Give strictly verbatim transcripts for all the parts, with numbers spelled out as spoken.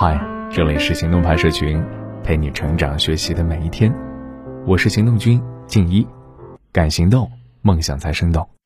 嗨，这里是行动派社群，陪你成长学习的每一天。我是行动君静一，敢行动，梦想才生动。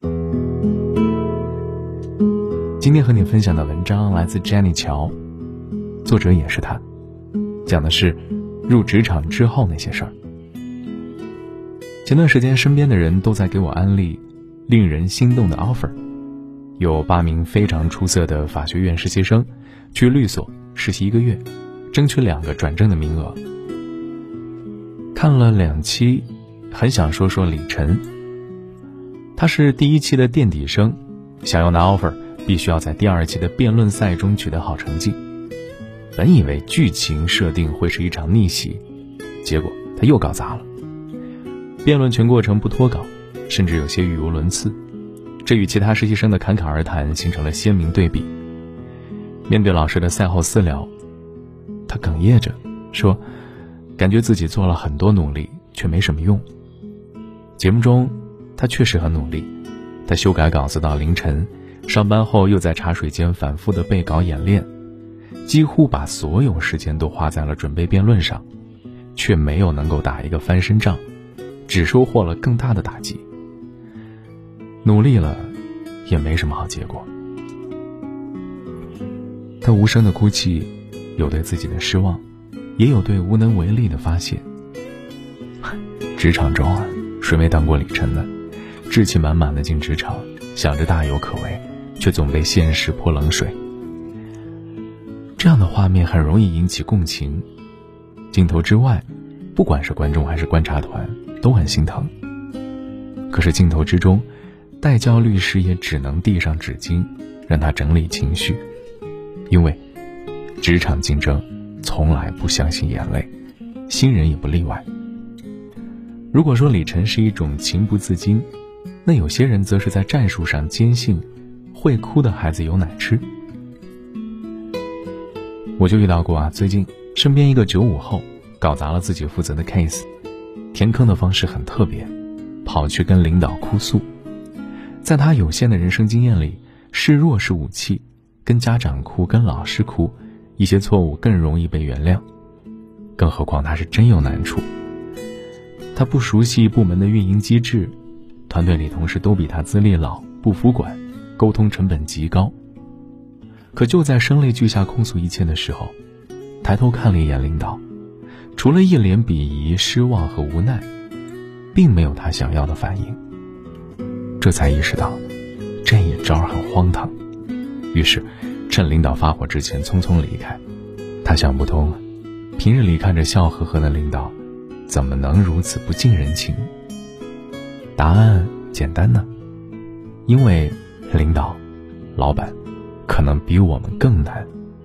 今天和你分享的文章来自 Jenny 乔，作者也是他，讲的是入职场之后那些事儿。前段时间身边的人都在给我安利令人心动的 offer， 有八名非常出色的法学院实习生去律所实习一个月，争取两个转正的名额。看了两期，很想说说李晨。他是第一期的垫底生，想要拿 offer必须要在第二期的辩论赛中取得好成绩。本以为剧情设定会是一场逆袭，结果他又搞砸了。辩论全过程不脱稿，甚至有些语无伦次，这与其他实习生的侃侃而谈形成了鲜明对比。面对老师的赛后私聊，他哽咽着说，感觉自己做了很多努力，却没什么用。节目中他确实很努力，他修改稿子到凌晨，上班后又在茶水间反复的背稿演练，几乎把所有时间都花在了准备辩论上，却没有能够打一个翻身仗，只收获了更大的打击。努力了也没什么好结果。他无声的哭泣，有对自己的失望，也有对无能为力的发泄。职场中啊，谁没当过李晨呢？志气满满的进职场，想着大有可为，却总被现实泼冷水。这样的画面很容易引起共情，镜头之外，不管是观众还是观察团都很心疼。可是镜头之中，代教律师也只能递上纸巾，让他整理情绪。因为职场竞争从来不相信眼泪，新人也不例外。如果说李晨是一种情不自禁，那有些人则是在战术上坚信会哭的孩子有奶吃。我就遇到过啊，最近身边一个九五后搞砸了自己负责的 case， 填坑的方式很特别，跑去跟领导哭诉。在他有限的人生经验里，示弱是武器，跟家长哭，跟老师哭，一些错误更容易被原谅。更何况他是真有难处，他不熟悉部门的运营机制，团队里同事都比他资历老，不服管，沟通成本极高。可就在声泪俱下控诉一切的时候，抬头看了一眼领导，除了一脸鄙夷、失望和无奈，并没有他想要的反应。这才意识到这一招很荒唐，于是趁领导发火之前匆匆离开。他想不通，平日里看着笑呵呵的领导，怎么能如此不近人情？答案简单呢，因为领导、老板可能比我们更难。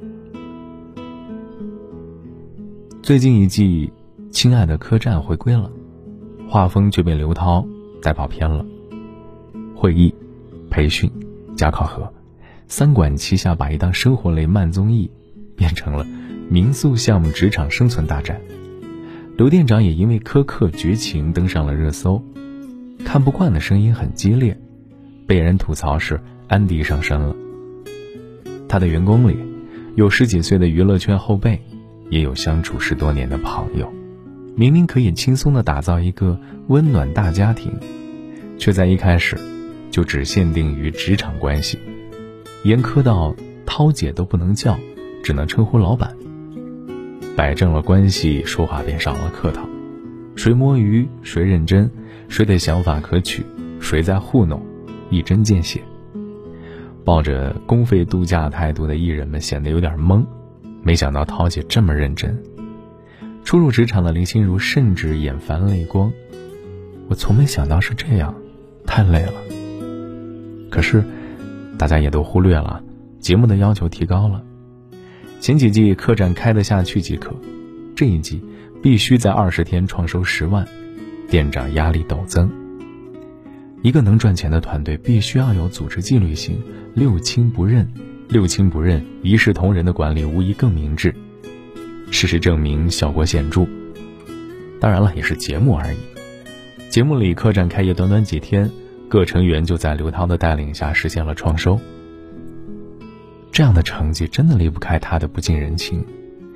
最近一季《亲爱的客栈》回归了，画风却被刘涛带跑偏了。会议、培训、加考核，三管齐下，把一档生活类慢综艺变成了民宿项目职场生存大战。刘店长也因为苛刻绝情登上了热搜，看不惯的声音很激烈，被人吐槽是安迪上身了。他的员工里有十几岁的娱乐圈后辈，也有相处十多年的朋友，明明可以轻松地打造一个温暖大家庭，却在一开始就只限定于职场关系，严苛到涛姐都不能叫，只能称呼老板。摆正了关系，说话便少了客套，谁摸鱼谁认真，谁的想法可取，谁在糊弄，一针见血。抱着公费度假态度的艺人们显得有点懵，没想到涛姐这么认真。初入职场的林心如甚至眼泛泪光，我从没想到是这样，太累了。可是大家也都忽略了，节目的要求提高了。前几季客栈开得下去即可，这一季必须在二十天创收十万，店长压力陡增。一个能赚钱的团队必须要有组织纪律性，六亲不认，六亲不认，一视同仁的管理无疑更明智。事实证明效果显著，当然了，也是节目而已。节目里客栈开业短短几天，各成员就在刘涛的带领下实现了创收。这样的成绩真的离不开他的不近人情，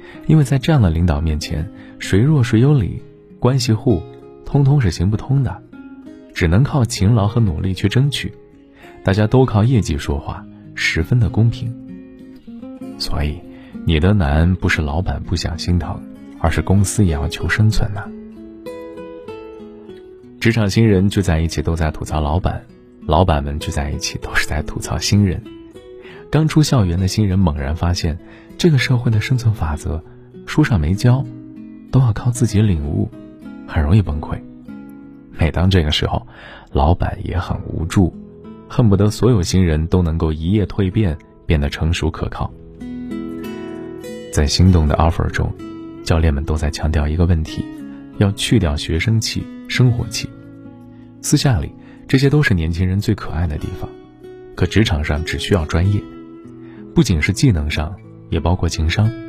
因为在这样的领导面前，谁弱谁有理，关系户通通是行不通的，只能靠勤劳和努力去争取，大家都靠业绩说话，十分的公平。所以你的难不是老板不想心疼，而是公司也要求生存呐、啊。职场新人聚在一起都在吐槽老板，老板们聚在一起都是在吐槽新人。刚出校园的新人猛然发现，这个社会的生存法则书上没教，都要靠自己领悟，很容易崩溃。每当这个时候，老板也很无助，恨不得所有新人都能够一夜蜕变，变得成熟可靠。在心动的 offer 中，教练们都在强调一个问题，要去掉学生气、生活气。私下里，这些都是年轻人最可爱的地方，可职场上只需要专业，不仅是技能上，也包括情商。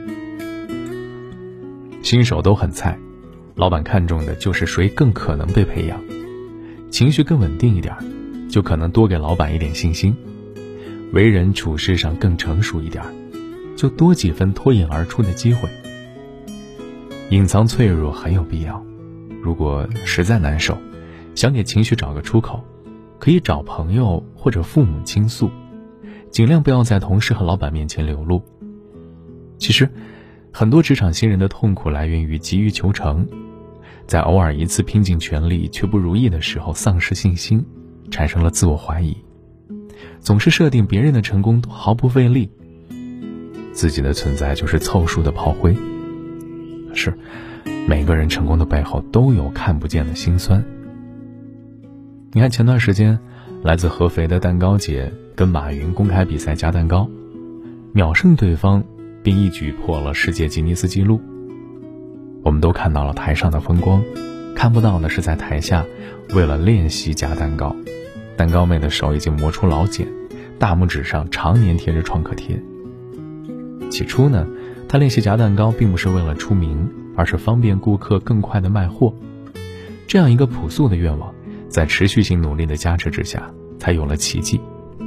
新手都很菜，老板看重的就是谁更可能被培养，情绪更稳定一点，就可能多给老板一点信心；为人处事上更成熟一点，就多几分脱颖而出的机会。隐藏脆弱很有必要，如果实在难受，想给情绪找个出口，可以找朋友或者父母倾诉，尽量不要在同事和老板面前流露。其实很多职场新人的痛苦来源于急于求成，在偶尔一次拼尽全力却不如意的时候丧失信心，产生了自我怀疑，总是设定别人的成功都毫不费力，自己的存在就是凑数的炮灰。是，每个人成功的背后都有看不见的辛酸。你看前段时间，来自合肥的蛋糕姐跟马云公开比赛夹蛋糕，秒胜对方，并一举破了世界吉尼斯纪录。我们都看到了台上的风光，看不到的是在台下为了练习夹蛋糕，蛋糕妹的手已经磨出老茧，大拇指上常年贴着创可贴。起初呢，她练习夹蛋糕并不是为了出名，而是方便顾客更快的卖货。这样一个朴素的愿望，在持续性努力的加持之下，才有了奇迹。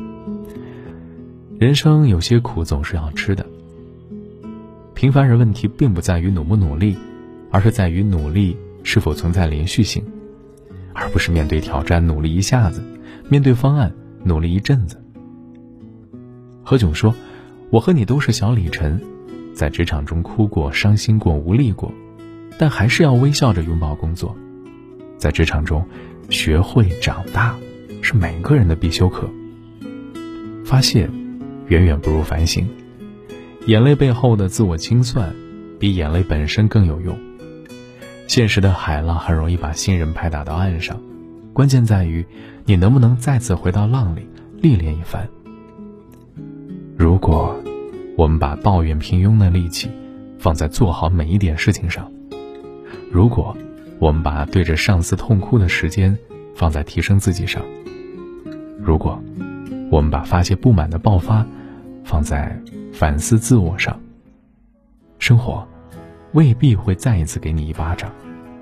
人生有些苦总是要吃的，平凡人问题并不在于努不努力，而是在于努力是否存在连续性，而不是面对挑战努力一下子，面对方案努力一阵子。何炅说，我和你都是小李晨，在职场中哭过、伤心过、无力过，但还是要微笑着拥抱工作。在职场中学会长大，是每个人的必修课。发泄远远不如反省，眼泪背后的自我清算比眼泪本身更有用。现实的海浪很容易把新人拍打到岸上，关键在于你能不能再次回到浪里历练一番。如果我们把抱怨平庸的力气放在做好每一点事情上，如果我们把对着上司痛哭的时间放在提升自己上，如果我们把发泄不满的爆发放在反思自我上，生活未必会再一次给你一巴掌。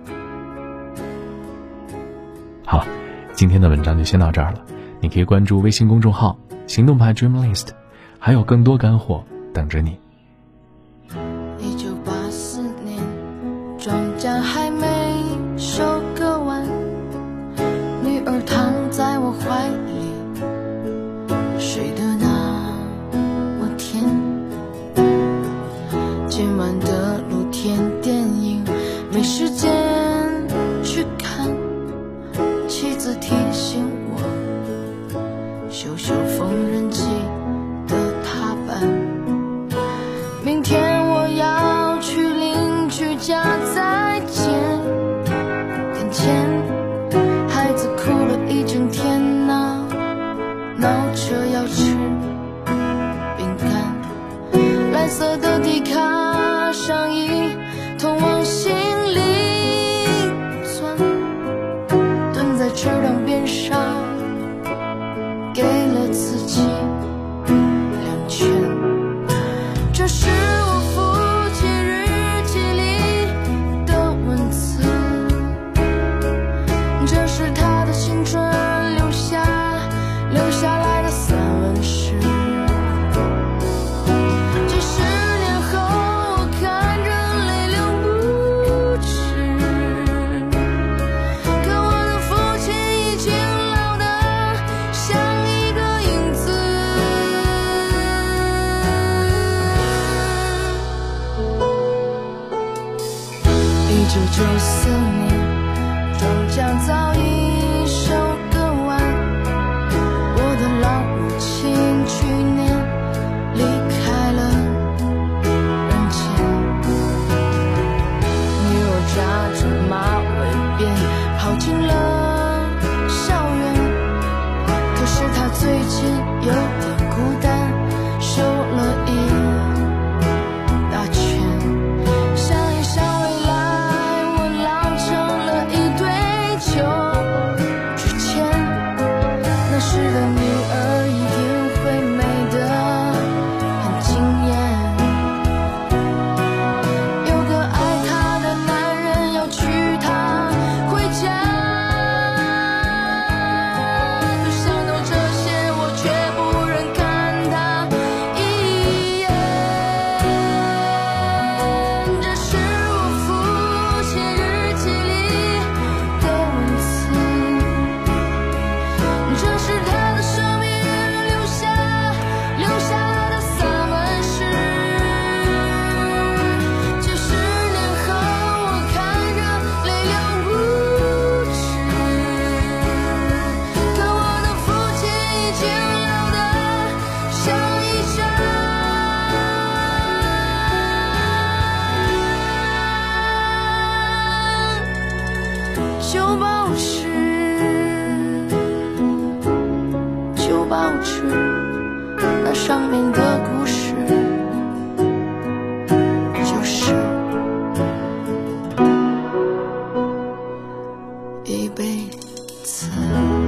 好，今天的文章就先到这儿了，你可以关注微信公众号行动派 Dream List， 还有更多干货等着你。 一九八四年，庄稼还没收割完，女儿躺在我怀里，睡得那么甜。今晚的露天电影没时间去看，妻子提醒我修修缝纫机的踏板。明天我要去邻居家再见点钱，孩子哭了一整天呐、闹着要吃饼干。蓝色的迪卡上衣通往心里钻，蹲在池塘边上给了自己两拳。这是我父亲日记里的文字，这是他的青春留下留下来的散文诗。几十年后我看着九九四年，庄稼早已收割完，我的老母亲去年离开了人间。女儿扎着马尾辫跑进了校园，可是她最近有点孤单，瘦了一大圈。想一想未来，我老成了一堆旧纸钱，那时的女儿一定会美得很惊艳。有个爱她的男人要娶她回家，可想到这些，我却不忍看她一眼。这是我父亲日记里的文字，这是他的生命留下留下的散文诗。几十年后，我看着泪流不止，可我的父亲已经老得像一张旧报纸，旧报纸，那上面的故事就是一辈子。